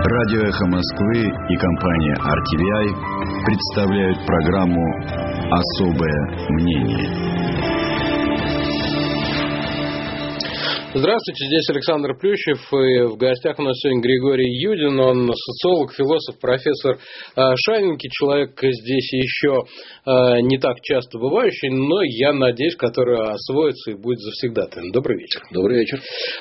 Радио «Эхо Москвы» и компания RTVI представляют программу «Особое мнение». Здравствуйте, здесь Александр Плющев, и в гостях у нас сегодня Григорий Юдин, он социолог, философ, профессор Шанинки, человек здесь еще не так часто бывающий, но я надеюсь, который освоится и будет завсегдатаем. Добрый вечер. Добрый вечер.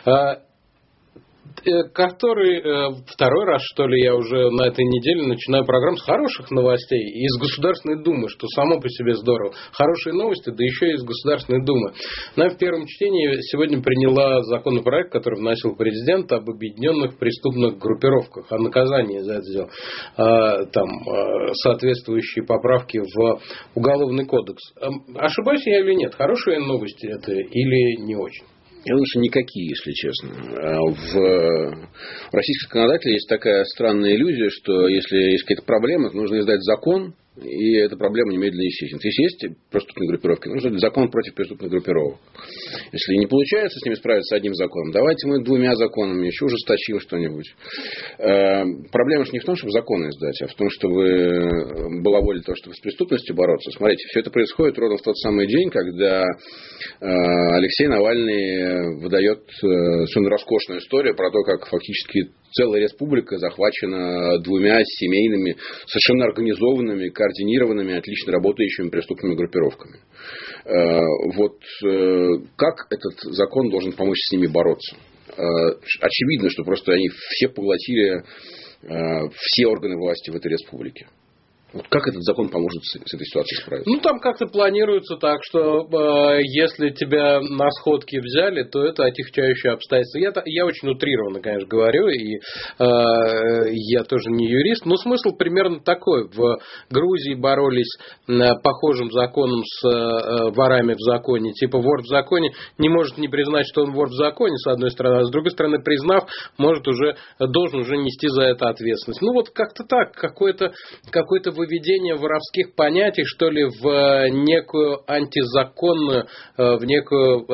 Который второй раз, что ли, я уже на этой неделе начинаю программу с хороших новостей из Государственной Думы, что само по себе здорово. Хорошие новости, да еще и из Государственной Думы. Она в первом чтении сегодня приняла законопроект, который вносил президент об объединенных преступных группировках, о наказании за это дело. Там соответствующие поправки в Уголовный кодекс. Ошибаюсь я или нет? Хорошие новости это или не очень? Я думаю, что никакие, если честно. В российских законодателях есть такая странная иллюзия, что если есть какая-то проблема, то нужно издать закон, и эта проблема немедленно исчезнет. Если есть преступные группировки, нужно издать закон против преступных группировок. Если не получается с ними справиться одним законом, давайте мы двумя законами еще ужесточим что-нибудь. Проблема же не в том, чтобы законы издать, а в том, чтобы была воля того, чтобы с преступностью бороться. Смотрите, все это происходит ровно в тот самый день, когда Алексей Навальный выдает совершенно роскошную историю про то, как фактически целая республика захвачена двумя семейными, совершенно организованными, координированными, отлично работающими преступными группировками. Вот как этот закон должен помочь с ними бороться? Очевидно, что просто они все поглотили все органы власти в этой республике. Вот как этот закон поможет с этой ситуацией справиться? Ну, там как-то планируется так, что если тебя на сходке взяли, то это отягчающее обстоятельство. Я очень утрированно, конечно, говорю, и я тоже не юрист, но смысл примерно такой. В Грузии боролись похожим законом с ворами в законе. Типа вор в законе не может не признать, что он вор в законе, с одной стороны, а с другой стороны, признав, должен уже нести за это ответственность. Ну, вот как-то так, какое-то выведение воровских понятий, что ли, в некую антизаконную, в некую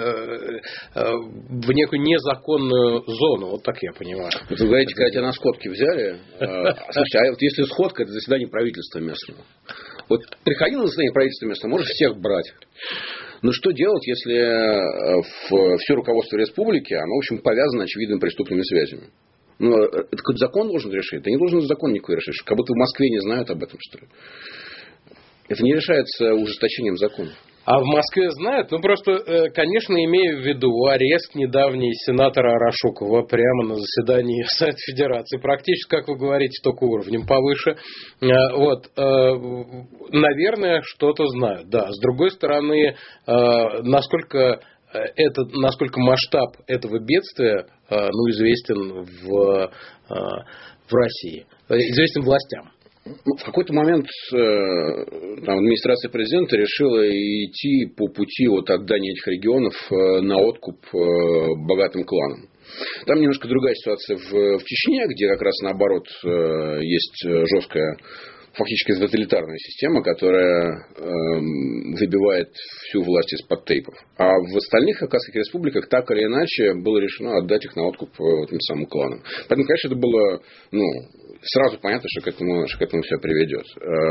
незаконную зону. Вот так я понимаю. Вот вы говорите, когда тебя на сходке взяли. Слушайте, а вот если сходка, это заседание правительства местного. Вот приходи на заседание правительства местного, можешь всех брать. Но что делать, если все руководство республики, оно, в общем, повязано очевидными преступными связями? Ну, это какой-то закон должен решить. Да не должен закон никакой решить. Как будто в Москве не знают об этом, что ли. Это не решается ужесточением закона. А в Москве знают? Ну, просто, конечно, имею в виду арест недавний сенатора Арашукова прямо на заседании Совета Федерации. Практически, как вы говорите, только уровнем повыше. Вот. Наверное, что-то знают. Да. С другой стороны, насколько масштаб этого бедствия известен в России, известен властям. В какой-то момент администрация президента решила идти по пути от отдания этих регионов на откуп богатым кланам. Там немножко другая ситуация в Чечне, где как раз наоборот есть жесткая, фактически тоталитарная система, которая выбивает всю власть из-под тейпов. А в остальных кавказских республиках так или иначе было решено отдать их на откуп этим самым кланам. Поэтому, конечно, это было сразу понятно, что к этому все приведет.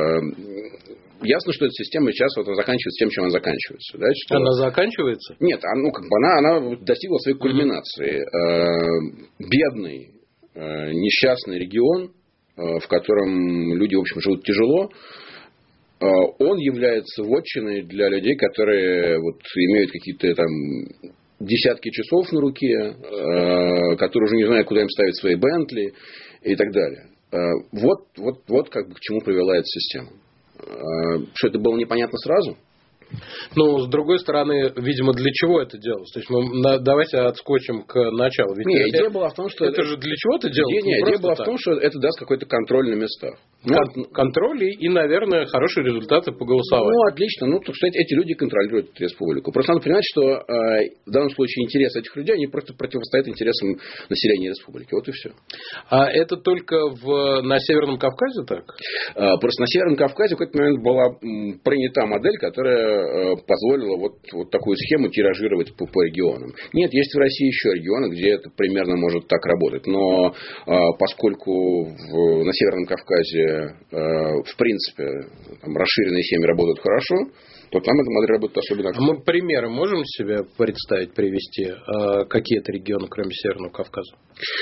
Ясно, что эта система сейчас заканчивается тем, чем она заканчивается. Да, что... Она заканчивается? Нет, она достигла своей кульминации. Бедный, несчастный регион, в котором люди, в общем, живут тяжело, он является вотчиной для людей, которые имеют какие-то там десятки часов на руке, которые уже не знают, куда им ставить свои Бентли и так далее. Вот как бы к чему привела эта система. Что это было непонятно сразу? Ну, с другой стороны, видимо, для чего это делалось? То есть, давайте отскочим к началу. Ведь идея была в том, что... Это же для чего это делалось? Идея была в том, что это даст какой-то контроль на местах. Контроль и, наверное, хорошие результаты по голосованию. Отлично. Кстати, эти люди контролируют эту республику. Просто надо понимать, что в данном случае интересы этих людей, они просто противостоят интересам населения республики. Вот и все. А это только на Северном Кавказе так? Просто на Северном Кавказе в какой-то момент была принята модель, которая позволило вот такую схему тиражировать по регионам. Нет, есть в России еще регионы, где это примерно может так работать. Но поскольку на Северном Кавказе, в принципе, там расширенные семьи работают хорошо, то там эта модель работает особенно. А мы примеры можем себе представить, привести? Какие это регионы, кроме Северного Кавказа?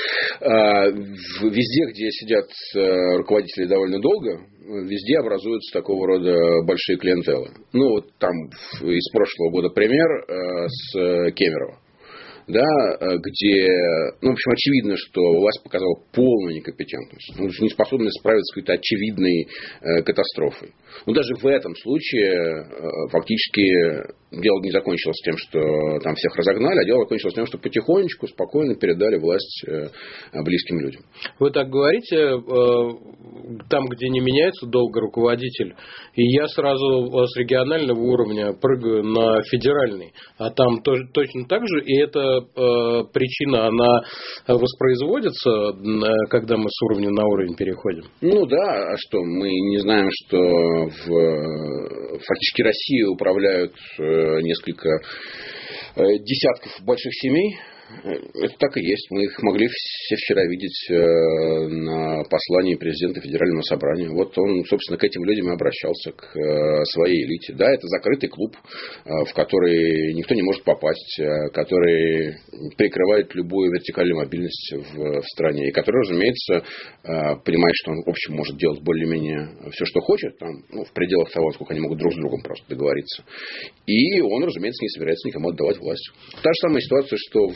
Везде, где сидят руководители довольно долго, везде образуются такого рода большие клиентелы. Ну, вот там из прошлого года пример с Кемерово. Да, где, в общем, очевидно, что власть показала полную некомпетентность, неспособность справиться с какой-то очевидной катастрофой. Но даже в этом случае фактически дело не закончилось тем, что там всех разогнали, а дело закончилось тем, что потихонечку, спокойно передали власть близким людям. Вы так говорите, там, где не меняется долго руководитель, и я сразу с регионального уровня прыгаю на федеральный, а там тоже, точно так же, и эта причина, она воспроизводится, когда мы с уровня на уровень переходим? Ну да, а что, мы не знаем, что фактически Россию управляют несколько десятков больших семей. Это так и есть. Мы их могли все вчера видеть на послании президента Федерального собрания. Вот он, собственно, к этим людям и обращался, к своей элите. Да, это закрытый клуб, в который никто не может попасть, который прикрывает любую вертикальную мобильность в стране. И который, разумеется, понимает, что он, в общем, может делать более-менее все, что хочет, там, в пределах того, сколько они могут друг с другом просто договориться. И он, разумеется, не собирается никому отдавать власть. Та же самая ситуация, что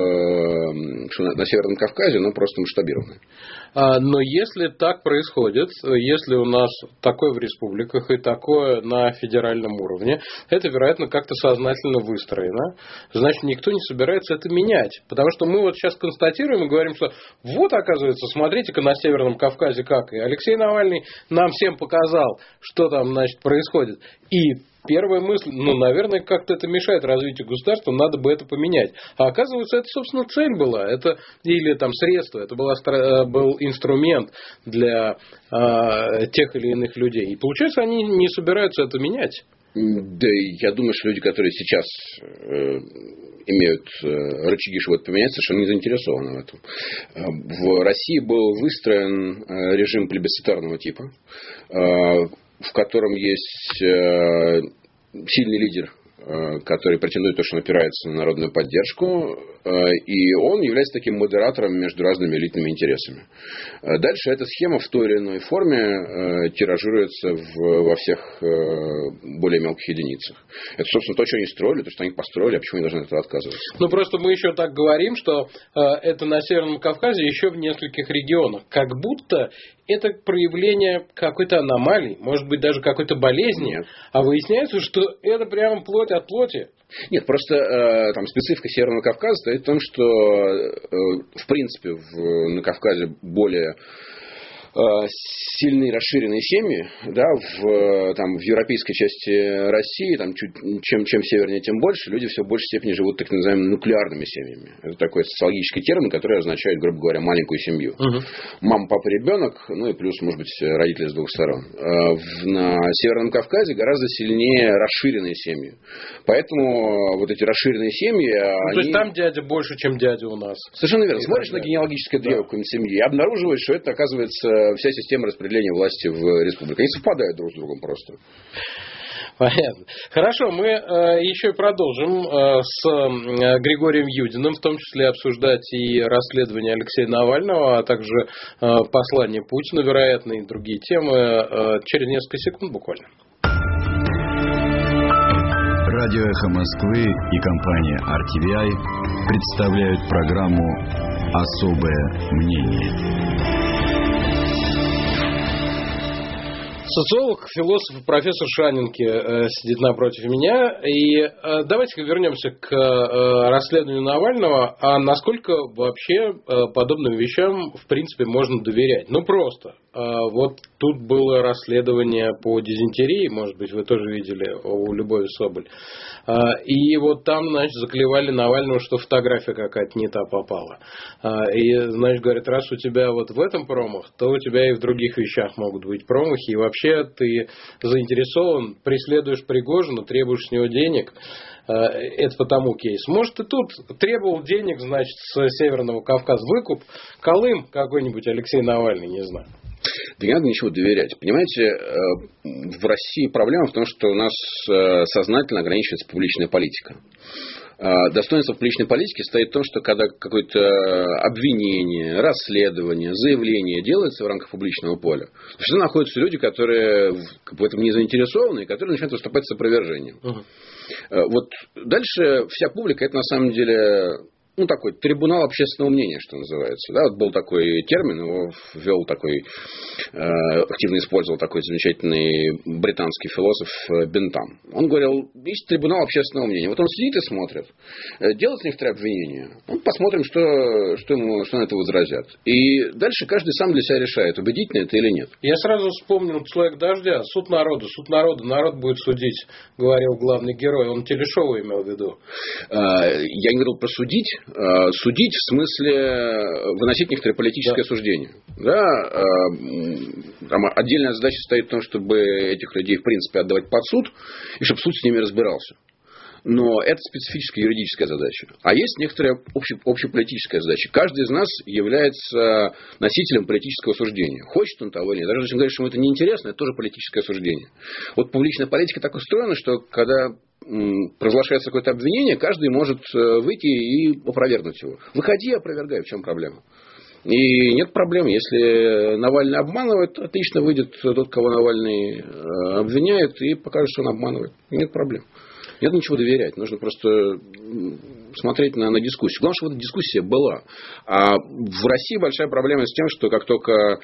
на Северном Кавказе, но просто масштабированное. Но если так происходит, если у нас такое в республиках и такое на федеральном уровне, это, вероятно, как-то сознательно выстроено, значит, никто не собирается это менять. Потому что мы вот сейчас констатируем и говорим, что вот, оказывается, смотрите-ка на Северном Кавказе как. И Алексей Навальный нам всем показал, что там, значит, происходит. И первая мысль, наверное, как-то это мешает развитию государства, надо бы это поменять. А оказывается, это, собственно, цель была, это или там средство, это был инструмент для тех или иных людей. И получается, они не собираются это менять. Да, я думаю, что люди, которые сейчас имеют рычаги, чтобы это поменять, совершенно не заинтересованы в этом. В России был выстроен режим плебисцитарного типа, в котором есть сильный лидер, который претендует, что он опирается на народную поддержку, и он является таким модератором между разными элитными интересами. Дальше эта схема в той или иной форме тиражируется во всех более мелких единицах. Это, собственно, то, что они строили, то, что они построили, а почему они должны от этого отказываться? Просто мы еще так говорим, что это на Северном Кавказе еще в нескольких регионах. Как будто это проявление какой-то аномалии, может быть, даже какой-то болезни. Нет. А выясняется, что это прямо плоть от плоти. Нет, просто там специфика Северного Кавказа стоит в том, что в принципе на Кавказе более сильные расширенные семьи, да, в европейской части России, там, чем севернее, тем больше, люди все в большей степени живут так называемыми нуклеарными семьями. Это такой социологический термин, который означает, грубо говоря, маленькую семью. Угу. Мама, папа, ребенок, и плюс, может быть, родители с двух сторон. На Северном Кавказе гораздо сильнее расширенные семьи. Поэтому вот эти расширенные семьи... То есть там дядя больше, чем дядя у нас. Совершенно верно. Смотришь на генеалогическое древо какой-нибудь семьи и обнаруживаешь, что это, оказывается, вся система распределения власти в республике. Они совпадают друг с другом просто. Понятно. Хорошо, мы еще и продолжим с Григорием Юдиным, в том числе обсуждать и расследование Алексея Навального, а также послание Путина, вероятно, и другие темы через несколько секунд буквально. Радио «Эхо Москвы» и компания RTVI представляют программу «Особое мнение». Социолог, философ, профессор Шанинки сидит напротив меня. И давайте-ка вернемся к расследованию Навального. А насколько вообще подобным вещам, в принципе, можно доверять? Просто. Вот тут было расследование по дизентерии, может быть, вы тоже видели, у Любови Соболь. И вот там, значит, заклевали Навального, что фотография какая-то не та попала. И, значит, говорят, раз у тебя вот в этом промах, то у тебя и в других вещах могут быть промахи. И вообще вообще ты заинтересован, преследуешь Пригожина, требуешь с него денег. Это потому кейс. Может, и тут требовал денег, значит, с Северного Кавказа. Выкуп, Колым какой-нибудь Алексей Навальный, не знаю. Да не надо ничего доверять. Понимаете, в России проблема в том, что у нас сознательно ограничивается публичная политика. Достоинство публичной политики стоит в том, что когда какое-то обвинение, расследование, заявление делается в рамках публичного поля, всегда находятся люди, которые в этом не заинтересованы и которые начинают выступать с опровержением. Вот дальше вся публика — это на самом деле такой трибунал общественного мнения, что называется. Да, вот был такой термин, его ввел такой, активно использовал такой замечательный британский философ Бентам. Он говорил, есть трибунал общественного мнения. Вот он сидит и смотрит, делает некоторые обвинения. Посмотрим, что на это возразят. И дальше каждый сам для себя решает, убедительно это или нет. Я сразу вспомнил «Человек дождя». Суд народа, народ будет судить, говорил главный герой. Он телешоу имел в виду. Я не говорил про судить. Судить в смысле выносить некоторое политическое суждение. Да? Там отдельная задача стоит в том, чтобы этих людей в принципе отдавать под суд, и чтобы суд с ними разбирался. Но это специфическая юридическая задача. А есть некоторая общеполитическая задача. Каждый из нас является носителем политического суждения. Хочет он того или нет. Даже если он говорит, что ему это неинтересно, это тоже политическое суждение. Вот публичная политика так устроена, что когда провозглашается какое-то обвинение, каждый может выйти и опровергнуть его. Выходи и опровергай, в чем проблема. И нет проблем, если Навальный обманывает, отлично выйдет тот, кого Навальный обвиняет, и покажет, что он обманывает. Нет проблем. Не надо ничего доверять, нужно просто смотреть на дискуссию. Главное, чтобы эта дискуссия была. А в России большая проблема с тем, что как только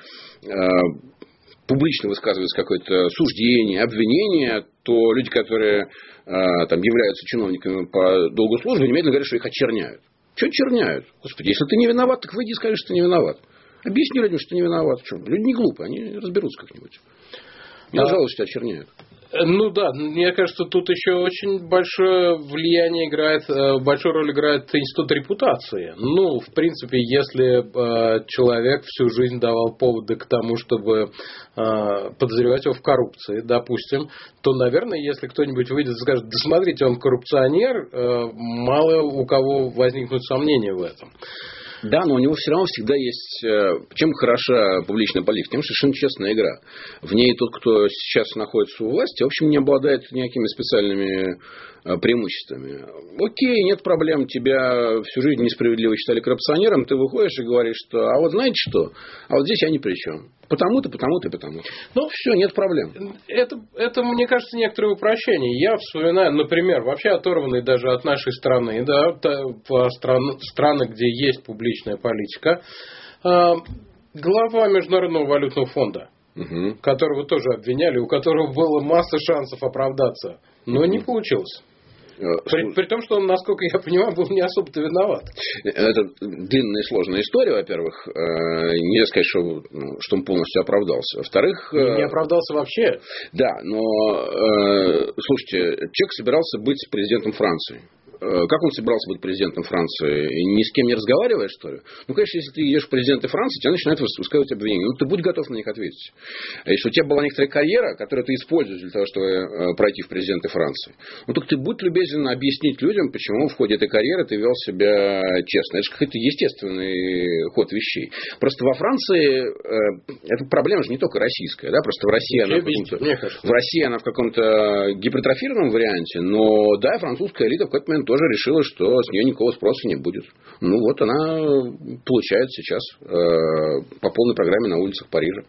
публично высказывается какое-то суждение, обвинение, то люди, которые являются чиновниками по долгу службы, немедленно говорят, что их очерняют. Что очерняют? Господи, если ты не виноват, так выйди и скажи, что ты не виноват. Объясни людям, что ты не виноват. Что? Люди не глупые, они разберутся как-нибудь. Не жалуюсь, что очерняют. Ну да, мне кажется, тут еще очень большое влияние играет, большую роль играет институт репутации. Ну, в принципе, если человек всю жизнь давал поводы к тому, чтобы подозревать его в коррупции, допустим, то, наверное, если кто-нибудь выйдет и скажет, да смотрите, он коррупционер, мало у кого возникнут сомнения в этом. Да, но у него все равно всегда есть... Чем хороша публичная политика? Тем, что совершенно честная игра. В ней тот, кто сейчас находится у власти, в общем, не обладает никакими специальными преимуществами. Окей, нет проблем. Тебя всю жизнь несправедливо считали коррупционером. Ты выходишь и говоришь, что а вот знаете что? А вот здесь я ни при чем. Потому-то, потому-то и потому. Ну, все, нет проблем. Это, мне кажется, некоторое упрощение. Я вспоминаю, например, вообще оторванные даже от нашей страны, да, страны, где есть публичная политика, глава Международного валютного фонда, которого тоже обвиняли, у которого было масса шансов оправдаться, но не получилось. При том, что он, насколько я понимаю, был не особо-то виноват. Это длинная и сложная история, во-первых. Нельзя сказать, что он полностью оправдался. Во-вторых... Не оправдался вообще. Да, но... Слушайте, человек собирался быть президентом Франции. Как он собирался быть президентом Франции? Ни с кем не разговаривая, что ли? Ну, конечно, если ты идешь в президенты Франции, тебя начинают высказывать обвинения. Ну, ты будь готов на них ответить. А если у тебя была некоторая карьера, которую ты используешь для того, чтобы пройти в президенты Франции, ну, так ты будь любезен объяснить людям, почему в ходе этой карьеры ты вел себя честно. Это же какой-то естественный ход вещей. Просто во Франции эта проблема же не только российская. Да? Просто в России она в каком-то гипертрофированном варианте, но да, французская элита в какой-то момент тоже решила, что с нее никакого спроса не будет. Ну, вот она получает сейчас по полной программе на улицах Парижа.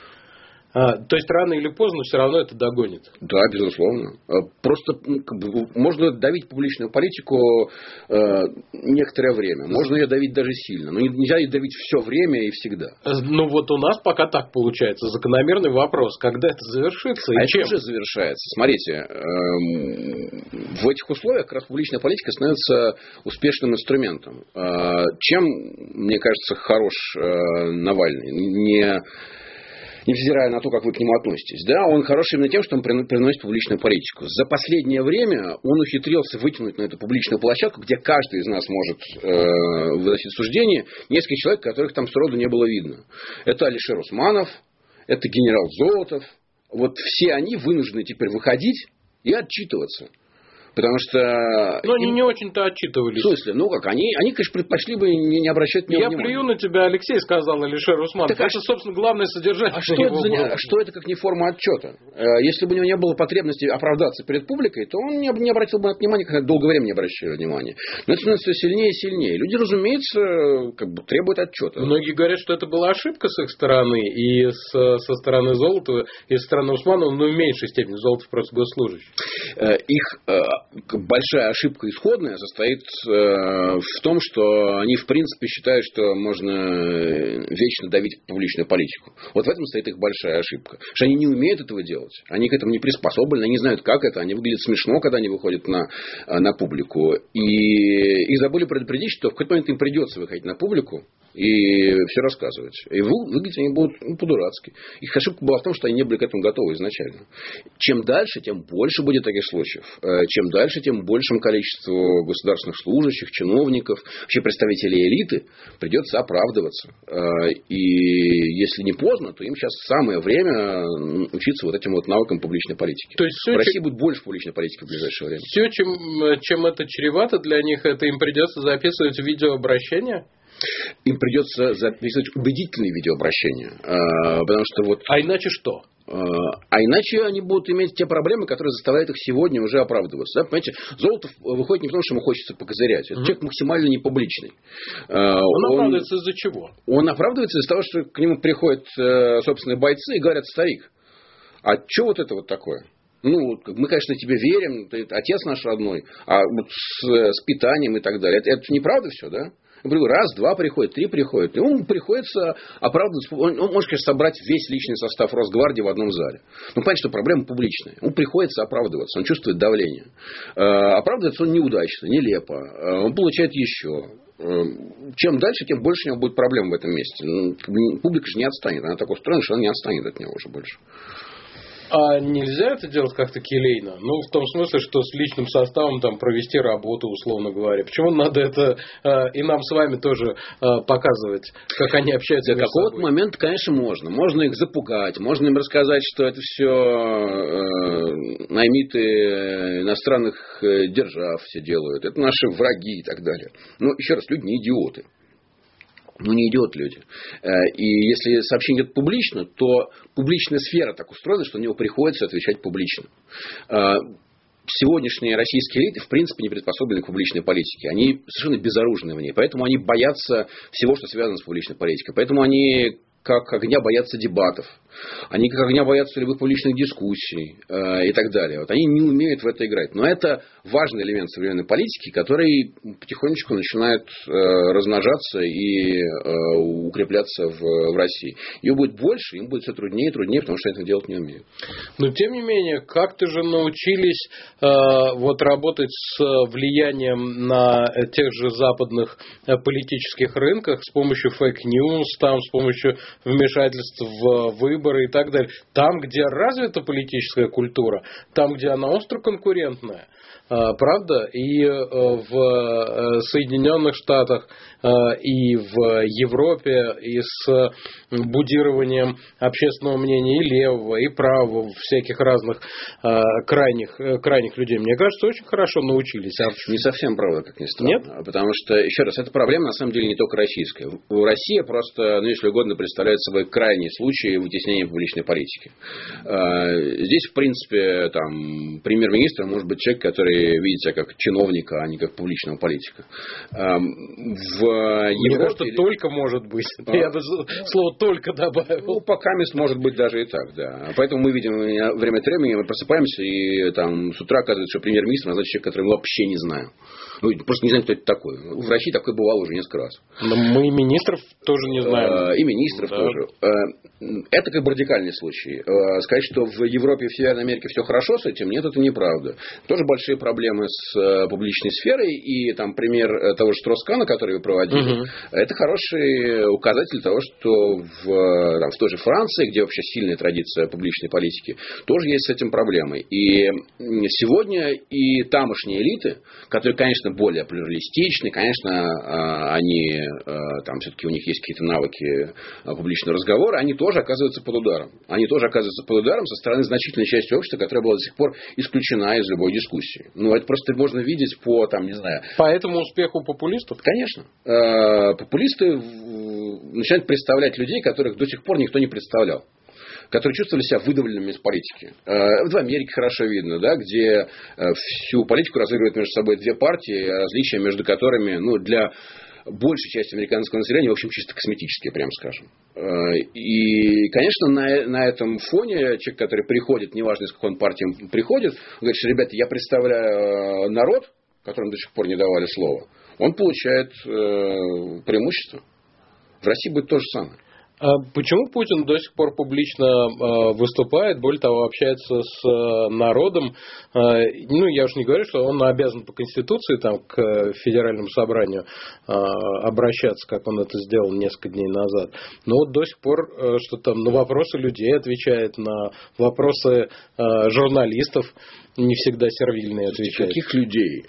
То есть, рано или поздно все равно это догонит? Да, безусловно. Просто можно давить публичную политику некоторое время. Можно ее давить даже сильно. Но нельзя ее давить все время и всегда. Ну, вот у нас пока так получается. Закономерный вопрос. Когда это завершится и чем? Это уже завершается. Смотрите, в этих условиях как раз публичная политика становится успешным инструментом. Чем, мне кажется, хорош Навальный? Невзирая на то, как вы к нему относитесь. Да, он хорош именно тем, что он приносит публичную политику. За последнее время он ухитрился вытянуть на эту публичную площадку, где каждый из нас может выносить суждение, несколько человек, которых там сроду не было видно. Это Алишер Усманов, это генерал Золотов, вот все они вынуждены теперь выходить и отчитываться. Потому что... Но они не очень-то отчитывались. В смысле? Ну как? Они конечно, предпочли бы не обращать на него внимания. Я плюю на тебя, Алексей, сказал Алишер Усманов. Так, это, собственно, главное содержание. Что это как не форма отчета? Если бы у него не было потребности оправдаться перед публикой, то он не обратил бы на это внимания, как долгое время не обращали внимания. Но это становится все сильнее и сильнее. Люди, разумеется, как бы требуют отчета. Многие говорят, что это была ошибка с их стороны, и со стороны Золотова, и со стороны Усманова, но в меньшей степени. Золотов просто госслужащий. Их большая ошибка исходная состоит в том, что они в принципе считают, что можно вечно давить публичную политику. Вот в этом стоит их большая ошибка. Что они не умеют этого делать. Они к этому не приспособлены, они не знают, как это. Они выглядят смешно, когда они выходят на публику. И их забыли предупредить, что в какой-то момент им придется выходить на публику и все рассказывать. И выглядеть они будут по-дурацки. Их ошибка была в том, что они не были к этому готовы изначально. Чем дальше, тем больше будет таких случаев. Чем дальше, тем большему количеству государственных служащих, чиновников, вообще представителей элиты придется оправдываться. И если не поздно, то им сейчас самое время учиться вот этим вот навыкам публичной политики. То есть в России будет больше публичной политики в ближайшее время. Все, чем это чревато для них, это им придется записывать видеообращения? Им придется записывать убедительные видеообращения. Потому что вот... А иначе что? А иначе они будут иметь те проблемы, которые заставляют их сегодня уже оправдываться. Да? Понимаете, Золотов выходит не потому, что ему хочется покозырять. Это человек максимально непубличный. Он оправдывается из-за чего? Он оправдывается из-за того, что к нему приходят собственные бойцы и говорят: старик, а что вот это вот такое? Ну, мы, конечно, тебе верим, ты отец наш родной, а вот с питанием и так далее. Это неправда все, да? Раз, два приходит, три приходит. И ему приходится оправдываться. Он может, конечно, собрать весь личный состав Росгвардии в одном зале. Но понятно, что проблема публичная. Ему приходится оправдываться. Он чувствует давление. Оправдывается он неудачно, нелепо. Он получает еще. Чем дальше, тем больше у него будет проблем в этом месте. Публика же не отстанет. Она так устроена, что она не отстанет от него уже больше. А нельзя это делать как-то келейно? Ну, в том смысле, что с личным составом там провести работу, условно говоря. Почему надо это и нам с вами тоже показывать, как они общаются между собой? До какого-то момента, конечно, можно. Можно их запугать, можно им рассказать, что это все наймиты иностранных держав все делают. Это наши враги и так далее. Но, еще раз, люди не идиоты. Ну, не идиоты люди. И если сообщение идет публично, то публичная сфера так устроена, что на него приходится отвечать публично. Сегодняшние российские элиты в принципе не приспособлены к публичной политике. Они совершенно безоружны в ней. Поэтому они боятся всего, что связано с публичной политикой. Поэтому они как огня боятся дебатов. Они как огня боятся любых публичных дискуссий и так далее. Вот они не умеют в это играть. Но это важный элемент современной политики, который потихонечку начинает размножаться и укрепляться в России. Ее будет больше, им будет все труднее и труднее, потому что это делать не умеют. Но тем не менее, как-то же научились вот работать с влиянием на тех же западных политических рынках с помощью фейк-ньюс, с помощью вмешательств в выборы и так далее. Там, где развита политическая культура, там, где она остро конкурентная, правда, и в Соединенных Штатах, и в Европе, и с будированием общественного мнения и левого, и правого, всяких разных крайних людей. Мне кажется, очень хорошо научились. Не совсем правда, как ни странно. Нет? Потому что, еще раз, эта проблема на самом деле не только российская. Россия просто, если угодно, представляет собой крайний случай вытеснения публичной политики. Здесь, в принципе, там, премьер-министр может быть человек, который видит себя как чиновника, а не как публичного политика. Мне кажется, только может быть. Я бы слово «только» добавил. Ну, пока может быть даже и так, да. Поэтому мы видим время от времени, мы просыпаемся, и там с утра оказывается, что премьер-министр назначен человек, который мы вообще не знаем. Мы просто не знаем, кто это такой. В России такое бывало уже несколько раз. Но мы и министров тоже не знаем. И министров тоже. Это как бы радикальный случай. Сказать, что в Европе и в Северной Америке все хорошо с этим, нет, это неправда. Тоже большие проблемы с публичной сферой. И там пример того же Строскана, который вы проводили, это хороший указатель того, что в той же Франции, где вообще сильная традиция публичной политики, тоже есть с этим проблемы. И сегодня и тамошние элиты, которые, конечно, конечно, более плюралистичны, конечно, они, там все-таки у них есть какие-то навыки публичного разговора, они тоже оказываются под ударом. Они тоже оказываются под ударом со стороны значительной части общества, которая была до сих пор исключена из любой дискуссии. Ну, это просто можно видеть по, там, не знаю... По этому успеху популистов? Конечно. Популисты начинают представлять людей, которых до сих пор никто не представлял, которые чувствовали себя выдавленными из политики. В Америке хорошо видно, да, где всю политику разыгрывают между собой две партии, различия между которыми, ну, для большей части американского населения, в общем, чисто косметические, прямо скажем. И, конечно, на этом фоне человек, который приходит, неважно, из какой он партии приходит, он говорит, что, ребята, я представляю народ, которому до сих пор не давали слова, он получает преимущество. В России будет то же самое. А почему Путин до сих пор публично выступает, более того, общается с народом? Ну, я уж не говорю, что он обязан по Конституции там, к Федеральному собранию обращаться, как он это сделал несколько дней назад. Но вот до сих пор что там на вопросы людей отвечает, на вопросы журналистов не всегда сервильные отвечает. Каких людей?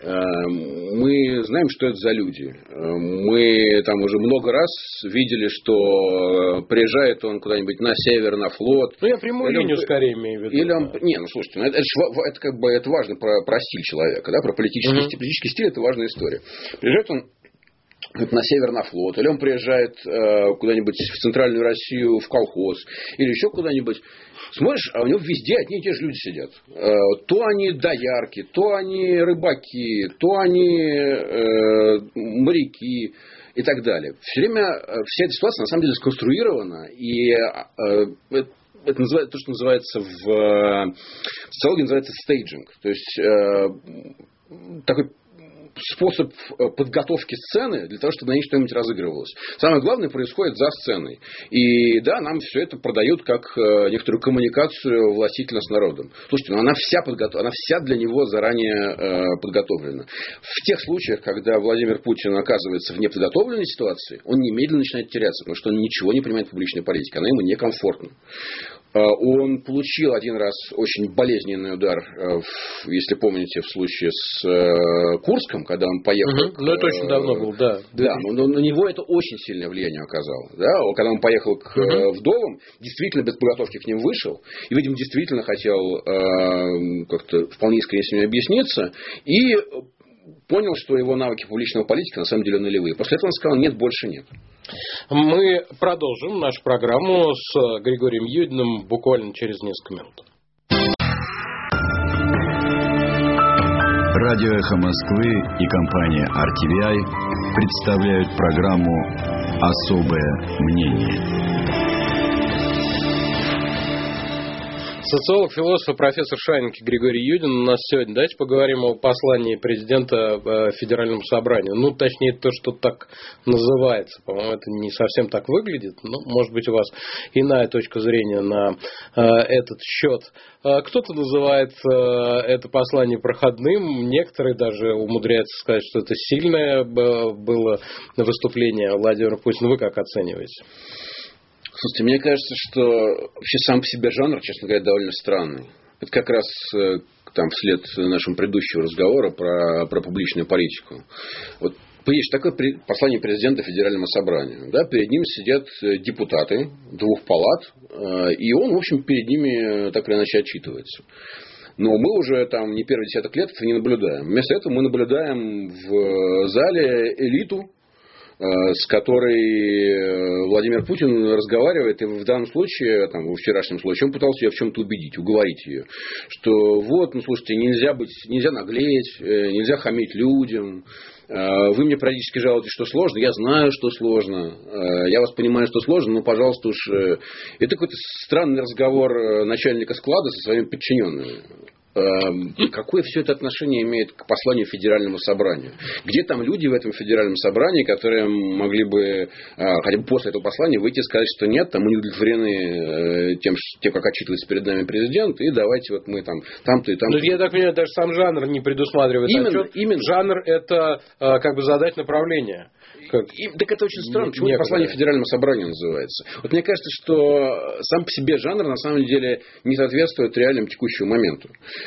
Мы знаем, что это за люди. Мы там уже много раз видели, что приезжает он куда-нибудь на север, на флот. Ну, я прямую линию скорее имею в виду. Или он... Не, ну, слушайте, это как бы это важно про стиль человека, да, про политический стиль, это важная история. Приезжает он на север, на флот, или он приезжает куда-нибудь в центральную Россию, в колхоз, или еще куда-нибудь. Смотришь, а у него везде одни и те же люди сидят. То они доярки, то они рыбаки, то они моряки и так далее. Все время вся эта ситуация на самом деле сконструирована, и это называется, то, что называется в социологии, называется стейджинг. То есть такой способ подготовки сцены для того, чтобы на ней что-нибудь разыгрывалось. Самое главное происходит за сценой. И да, нам все это продают как некоторую коммуникацию властителя с народом. Слушайте, но она вся для него заранее подготовлена. В тех случаях, когда Владимир Путин оказывается в неподготовленной ситуации, он немедленно начинает теряться, потому что он ничего не понимает в публичной политике. Она ему некомфортна. Он получил один раз очень болезненный удар, если помните, в случае с Курском, когда он поехал. Ну, это очень давно был, да. Да, но на него это очень сильное влияние оказало. Да? Когда он поехал к вдовам, действительно без подготовки к ним вышел, и, видимо, действительно хотел как-то вполне искренне с ними объясниться, и понял, что его навыки публичного политика на самом деле нулевые. После этого он сказал, нет, больше нет. Мы продолжим нашу программу с Григорием Юдиным буквально через несколько минут. Радио «Эхо Москвы» и компания RTVI представляют программу «Особое мнение». Социолог, философ, профессор Шайнеке Григорий Юдин у нас сегодня. Давайте поговорим о послании президента Федеральному собранию. Ну, точнее, то, что так называется. По-моему, это не совсем так выглядит. Но, может быть, у вас иная точка зрения на этот счет. Кто-то называет это послание проходным. Некоторые даже умудряются сказать, что это сильное было выступление Владимира Путина. Вы как оцениваете? Слушайте, мне кажется, что вообще сам по себе жанр, честно говоря, довольно странный. Это как раз там вслед нашему предыдущему разговору про публичную политику. Вот есть такое послание президента Федеральному собранию. Да, перед ним сидят депутаты двух палат, и он, в общем, перед ними так или иначе отчитывается. Но мы уже там не первый десяток лет этого не наблюдаем. Вместо этого мы наблюдаем в зале элиту, с которой Владимир Путин разговаривает, и в данном случае, там, во вчерашнем случае, он пытался ее в чем-то убедить, уговорить ее, что вот, ну слушайте, нельзя наглеть, нельзя хамить людям. Вы мне периодически жалуетесь, что сложно. Я знаю, что сложно. Я вас понимаю, что сложно, но, пожалуйста, уж... Это какой-то странный разговор начальника склада со своими подчиненными. Какое все это отношение имеет к посланию Федеральному собранию? Где там люди в этом Федеральном собрании, которые могли бы, хотя бы после этого послания, выйти и сказать, что нет, там мы не удовлетворены тем, как отчитывается перед нами президент, и давайте вот мы там-то и там-то. Но я так понимаю, даже сам жанр не предусматривает отчет. Именно. Жанр – это как бы задать направление. Так это очень странно. Почему это послание Федеральному собранию называется? Вот мне кажется, что сам по себе жанр на самом деле не соответствует реальному текущему моменту.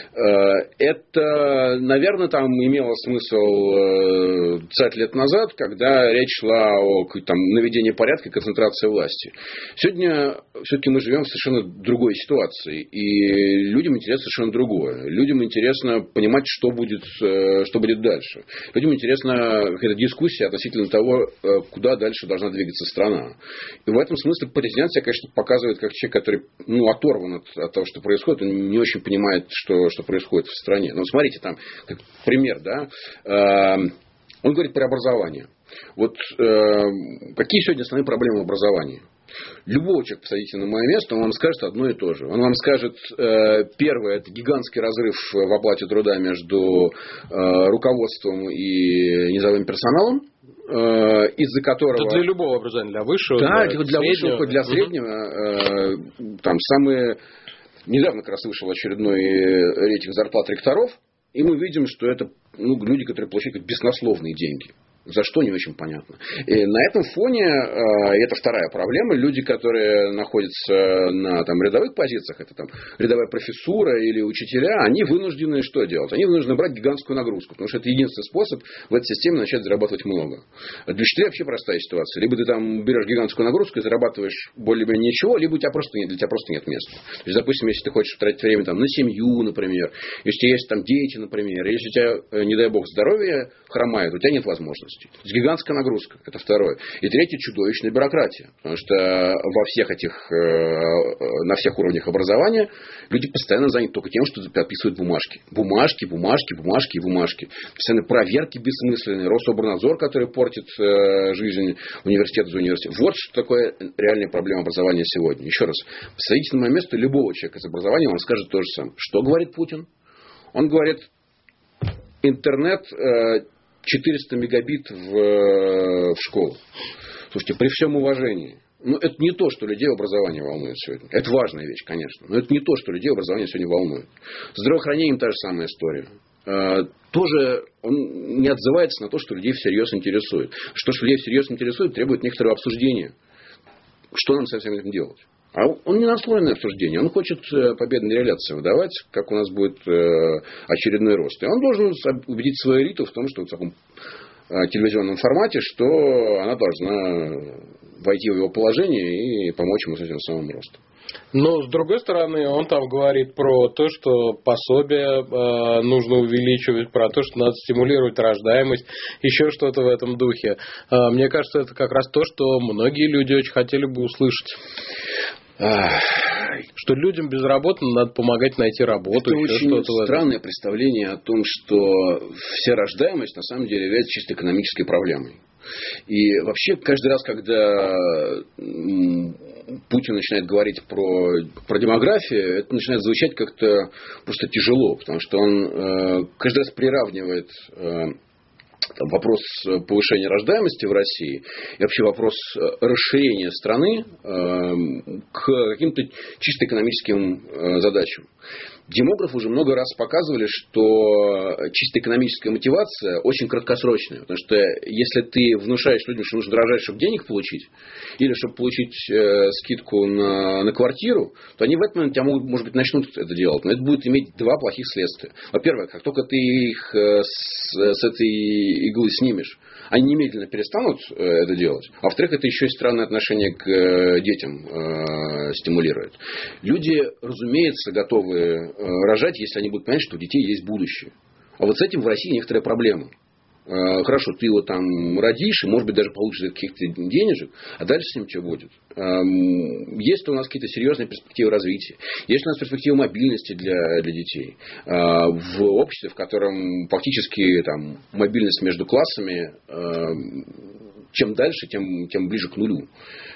Это, наверное, там имело смысл 50 лет назад, когда речь шла о наведении порядка и концентрации власти. Сегодня все-таки мы живем в совершенно другой ситуации. И людям интересно совершенно другое. Людям интересно понимать, что будет дальше. Людям интересна какая-то дискуссия относительно того, куда дальше должна двигаться страна. И в этом смысле президент себя, конечно, показывает как человек, который оторван от того, что происходит, он не очень понимает, что происходит в стране. Но смотрите, там, как пример, да, он говорит про образование. Вот какие сегодня основные проблемы образования? Любого человека посадите на мое место, он вам скажет одно и то же. Он вам скажет, первое, это гигантский разрыв в оплате труда между руководством и низовым персоналом, из-за которого... Это для любого образования, для высшего, да, для высшего, хоть для среднего. Там самые... Недавно как раз вышел очередной рейтинг зарплат ректоров, и мы видим, что это люди, которые получают беснословные деньги. За что, не очень понятно. И на этом фоне, это вторая проблема, люди, которые находятся на рядовых позициях, это рядовая профессура или учителя, они вынуждены что делать? Они вынуждены брать гигантскую нагрузку, потому что это единственный способ в этой системе начать зарабатывать много. Для учителя вообще простая ситуация. Либо ты берешь гигантскую нагрузку и зарабатываешь более-менее ничего, либо для тебя просто нет места. То есть, допустим, если ты хочешь тратить время на семью, например, если у тебя есть дети, например, если у тебя, не дай бог, здоровье хромает, у тебя нет возможности. Гигантская нагрузка. Это второе. И третье, чудовищная бюрократия. Потому что на всех уровнях образования люди постоянно заняты только тем, что подписывают бумажки. Бумажки. Постоянно проверки бессмысленные. Рособорнадзор, который портит жизнь университета за университетом. Вот что такое реальная проблема образования сегодня. Еще раз. Посадите на мое место любого человека с образованием, он скажет то же самое. Что говорит Путин? Он говорит, интернет... 400 мегабит в школу. Слушайте, при всем уважении, это не то, что людей образование волнует сегодня. Это важная вещь, конечно. Но это не то, что людей образование сегодня волнует. С здравоохранением та же самая история. Тоже он не отзывается на то, что людей всерьез интересует. Что людей всерьез интересует, требует некоторого обсуждения. Что нам со всем этим делать? А он не настроен на обсуждение. Он хочет победные реляции выдавать, как у нас будет очередной рост. И он должен убедить свою элиту в том, что в таком телевизионном формате, что она должна войти в его положение и помочь ему с этим самым ростом. Но, с другой стороны, он там говорит про то, что пособие нужно увеличивать, про то, что надо стимулировать рождаемость, еще что-то в этом духе. Мне кажется, это как раз то, что многие люди очень хотели бы услышать. Что людям безработным надо помогать найти работу. Это очень странное представление о том, что вся рождаемость на самом деле является чисто экономической проблемой. И вообще каждый раз, когда Путин начинает говорить про демографию, это начинает звучать как-то просто тяжело, потому что он каждый раз приравнивает вопрос повышения рождаемости в России и вообще вопрос расширения страны к каким-то чисто экономическим задачам. Демографы уже много раз показывали, что чисто экономическая мотивация очень краткосрочная. Потому что если ты внушаешь людям, что нужно рожать, чтобы денег получить, или чтобы получить скидку на квартиру, то они в этот момент может быть, начнут это делать. Но это будет иметь два плохих следствия. Во-первых, как только ты их с этой иглы снимешь, они немедленно перестанут это делать. А во-вторых, это еще и странное отношение к детям стимулирует. Люди, разумеется, готовы рожать, если они будут понимать, что у детей есть будущее. А вот с этим в России некоторая проблема. Хорошо, ты его там родишь, и, может быть, даже получишь каких-то денежек, а дальше с ним что будет? Есть ли у нас какие-то серьезные перспективы развития? Есть ли у нас перспективы мобильности для детей? В обществе, в котором фактически мобильность между классами, чем дальше, тем ближе к нулю.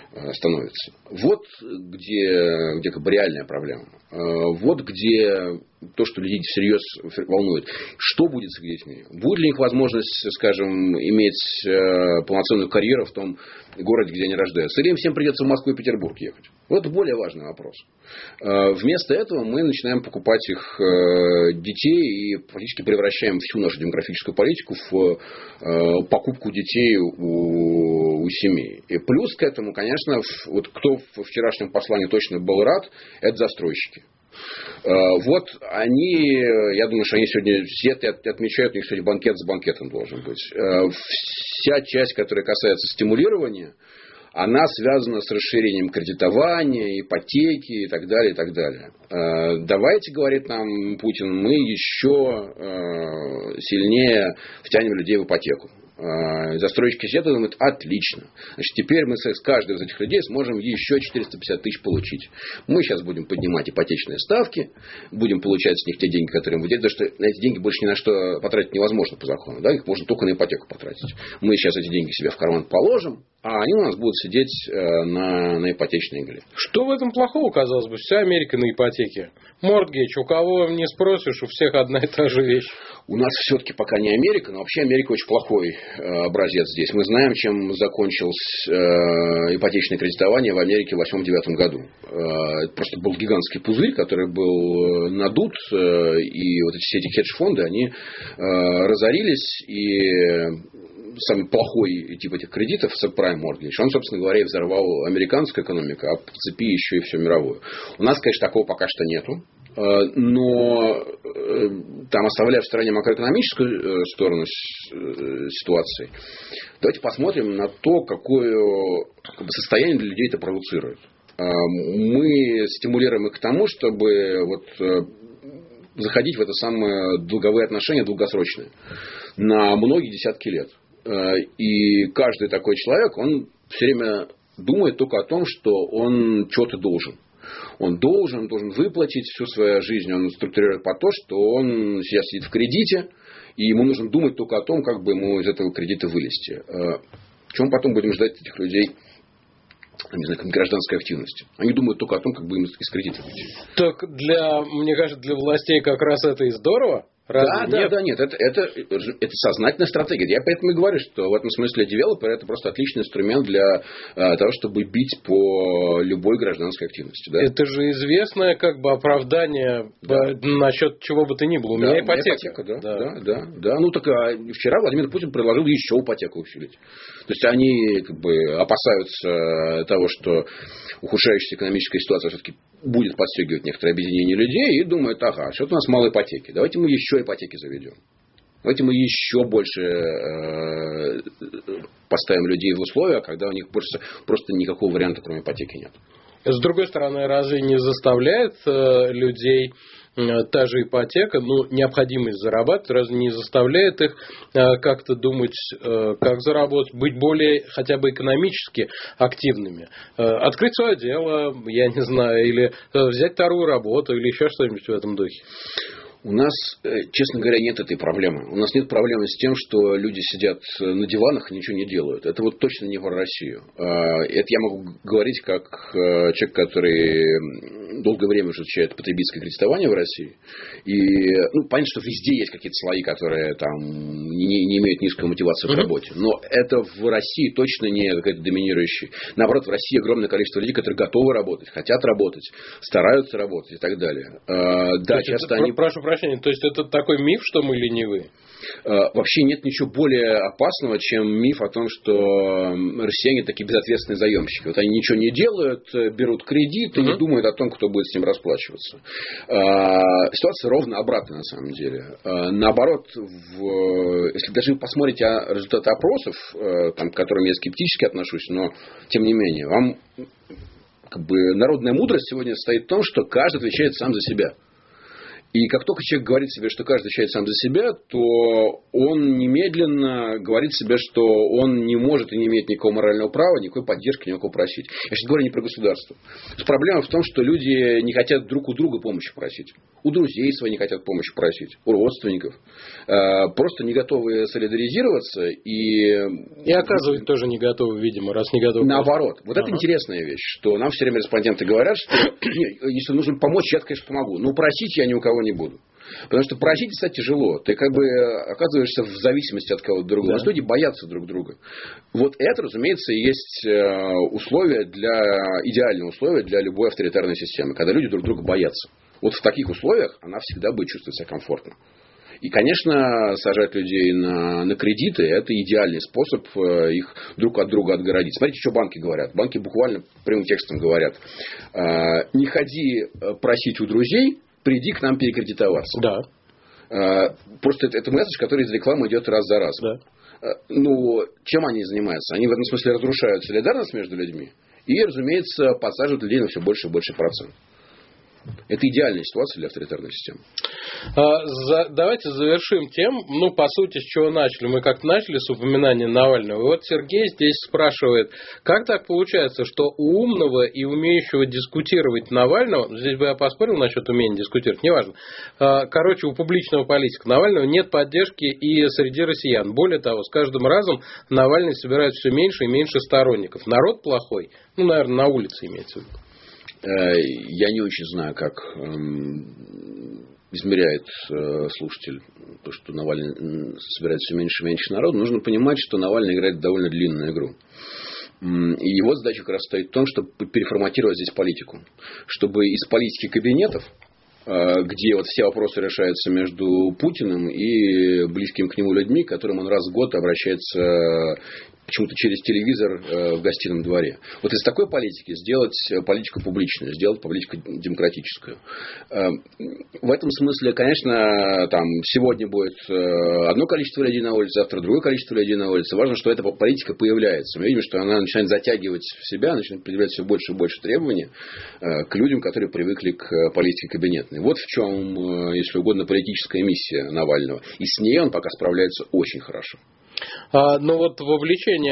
становится. Вот где как бы реальная проблема. Вот где то, что людей всерьез волнует. Что будет с их детьми? Будет ли у них возможность, скажем, иметь полноценную карьеру в том городе, где они рождаются? Или им всем придется в Москву и Петербург ехать? Вот это более важный вопрос. Вместо этого мы начинаем покупать их детей и фактически превращаем всю нашу демографическую политику в покупку детей у семей. И плюс к этому, конечно, вот кто в вчерашнем послании точно был рад, это застройщики. Вот они, я думаю, что они сегодня сидят и отмечают, у них сегодня банкет за банкетом должен быть. Вся часть, которая касается стимулирования, она связана с расширением кредитования, ипотеки и так далее, и так далее. Давайте, говорит нам Путин, мы еще сильнее втянем людей в ипотеку. Застройщики сидят и думают, отлично. Значит, теперь мы с каждого из этих людей сможем еще 450 тысяч получить. Мы сейчас будем поднимать ипотечные ставки, будем получать с них те деньги, которые им выделят, потому что на эти деньги больше ни на что потратить невозможно по закону. Да? Их можно только на ипотеку потратить. Мы сейчас эти деньги себе в карман положим, а они у нас будут сидеть на ипотечной игле. Что в этом плохого, казалось бы? Вся Америка на ипотеке. Мортгейдж, у кого не спросишь, у всех одна и та же вещь. У нас все-таки пока не Америка, но вообще Америка очень плохой образец здесь. Мы знаем, чем закончилось ипотечное кредитование в Америке в 2008-2009 году. Это просто был гигантский пузырь, который был надут, и вот все эти хедж-фонды, они разорились, и самый плохой тип этих кредитов, subprime mortgage, он, собственно говоря, и взорвал американскую экономику, а по цепи еще и всю мировую. У нас, конечно, такого пока что нету. Но там, оставляя в стороне макроэкономическую сторону ситуации, давайте посмотрим на то, какое состояние для людей это провоцирует. Мы стимулируем их к тому, чтобы заходить в это самое долговые отношения, долгосрочные, на многие десятки лет. И каждый такой человек, он все время думает только о том, что он что-то должен. Он должен выплатить всю свою жизнь. Он структурирует по то, что он сейчас сидит в кредите, и ему нужно думать только о том, как бы ему из этого кредита вылезти. Чем мы потом будем ждать этих людей, не знаю, как гражданской активности? Они думают только о том, как бы им из кредита выйти. Так мне кажется, для властей как раз это и здорово. Нет. Это сознательная стратегия. Я поэтому и говорю, что в этом смысле девелопер это просто отличный инструмент для того, чтобы бить по любой гражданской активности. Да? Это же известное оправдание насчет чего бы то ни было. У меня ипотека. Да. Ну так вчера Владимир Путин предложил еще ипотеку усилить. То есть они опасаются того, что ухудшающаяся экономическая ситуация все-таки будет подстегивать некоторые объединения людей и думают, что-то у нас мало ипотеки. Давайте мы еще ипотеки заведем. Давайте мы еще больше поставим людей в условия, когда у них просто никакого варианта, кроме ипотеки, нет. С другой стороны, разве не заставляет людей та же ипотека, необходимость зарабатывать, разве не заставляет их как-то думать, как заработать, быть более хотя бы экономически активными? Открыть свое дело, я не знаю, или взять вторую работу, или еще что-нибудь в этом духе? У нас, честно говоря, нет этой проблемы. У нас нет проблемы с тем, что люди сидят на диванах и ничего не делают. Это точно не про Россию. Это я могу говорить как человек, который долгое время изучает потребительское кредитование в России. И понятно, что везде есть какие-то слои, которые там не имеют низкую мотивацию к работе. Но это в России точно не какая-то доминирующая. Наоборот, в России огромное количество людей, которые готовы работать, хотят работать, стараются работать и так далее. Да, часто они... Прошу прощения, то есть это такой миф, что мы ленивые? Вообще нет ничего более опасного, чем миф о том, что россияне такие безответственные заемщики. Вот они ничего не делают, берут кредит и не думают о том, кто будет с ним расплачиваться. Ситуация ровно обратная на самом деле. Наоборот, если даже вы посмотрите результаты опросов, к которым я скептически отношусь, но тем не менее, вам народная мудрость сегодня состоит в том, что каждый отвечает сам за себя. И как только человек говорит себе, что каждый отвечает сам за себя, то он немедленно говорит себе, что он не может и не имеет никакого морального права, никакой поддержки, никакого просить. Я сейчас говорю не про государство. Проблема в том, что люди не хотят друг у друга помощи просить. У друзей своих не хотят помощи просить. У родственников. Просто не готовы солидаризироваться. И оказывать тоже не готовы, видимо, раз не готовы. Наоборот. Вот это интересная вещь, что нам все время респонденты говорят, что если нужно помочь, я, конечно, помогу. Но просить я ни у кого не буду. Потому что просить, кстати, тяжело. Ты как бы оказываешься в зависимости от кого-то другого. Да. Люди боятся друг друга. Вот это, разумеется, есть условия идеальные условия для любой авторитарной системы. Когда люди друг друга боятся. Вот в таких условиях она всегда будет чувствовать себя комфортно. И, конечно, сажать людей на кредиты – это идеальный способ их друг от друга отгородить. Смотрите, что банки говорят. Банки буквально прямым текстом говорят. Не ходи просить у друзей, приди к нам перекредитоваться. Да. Просто это месседж, который из рекламы идет раз за разом. Да. Ну, чем они занимаются? Они в этом смысле разрушают солидарность между людьми и, разумеется, подсаживают людей на все больше и больше процентов. Это идеальная ситуация для авторитарной системы. Давайте завершим тем, по сути, с чего начали. Мы как-то начали с упоминания Навального. И вот Сергей здесь спрашивает, как так получается, что у умного и умеющего дискутировать Навального, здесь бы я поспорил насчет умения дискутировать, неважно, у публичного политика Навального нет поддержки и среди россиян. Более того, с каждым разом Навальный собирает все меньше и меньше сторонников. Народ плохой? Наверное, на улице имеется в виду. Я не очень знаю, как измеряет слушатель то, что Навальный собирает все меньше и меньше народу. Нужно понимать, что Навальный играет довольно длинную игру. И его задача как раз стоит в том, чтобы переформатировать здесь политику. Чтобы из политики кабинетов, где вот все вопросы решаются между Путиным и близкими к нему людьми, к которым он раз в год обращается почему-то через телевизор в гостином дворе. Вот из такой политики сделать политику публичную, сделать политику демократическую. В этом смысле, конечно, там сегодня будет одно количество людей на улице, завтра другое количество людей на улице. Важно, что эта политика появляется. Мы видим, что она начинает затягивать в себя, начинает предъявлять все больше и больше требований к людям, которые привыкли к политике кабинетной. Вот в чем, если угодно, политическая миссия Навального. И с ней он пока справляется очень хорошо. Но вот вовлечение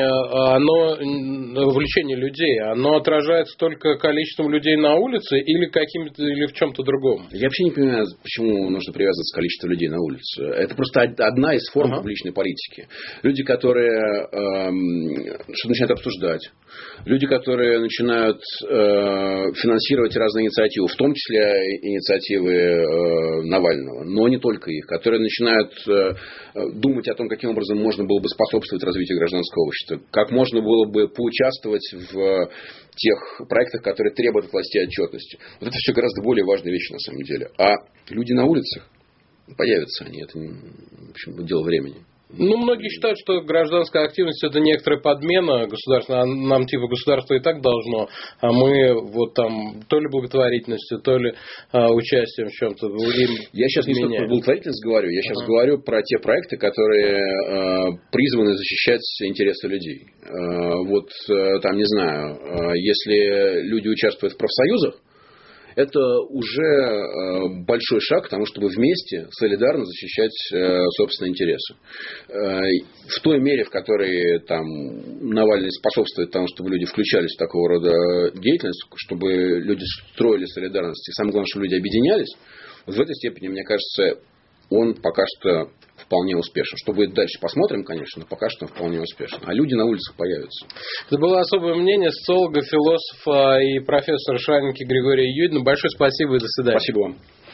людей, оно отражается только количеством людей на улице или в чем-то другом? Я вообще не понимаю, почему нужно привязываться к количеству людей на улице. Это просто одна из форм публичной политики. Люди, которые что-то начинают обсуждать. Люди, которые начинают финансировать разные инициативы, в том числе инициативы Навального, но не только их, которые начинают думать о том, каким образом можно было бы способствовать развитию гражданского общества, как можно было бы поучаствовать в тех проектах, которые требуют от властей отчетности. Вот это все гораздо более важные вещи на самом деле. А люди на улицах, появятся они, это, в общем, дело времени. Многие считают, что гражданская активность – это некоторая подмена государства. Нам типа государство и так должно, а мы вот там то ли благотворительностью, то ли участием в чем-то. Я сейчас не столько про благотворительность говорю, я сейчас говорю про те проекты, которые призваны защищать интересы людей. Вот там, не знаю, если люди участвуют в профсоюзах, это уже большой шаг к тому, чтобы вместе солидарно защищать собственные интересы. В той мере, в которой там Навальный способствует тому, чтобы люди включались в такого рода деятельность, чтобы люди строили солидарность, и самое главное, чтобы люди объединялись, вот в этой степени, мне кажется, он пока что вполне успешен. Что будет дальше, посмотрим, конечно, но пока что он вполне успешен. А люди на улицах появятся. Это было особое мнение социолога, философа и профессора Шарники Григория Юдина. Большое спасибо и до свидания. Спасибо вам.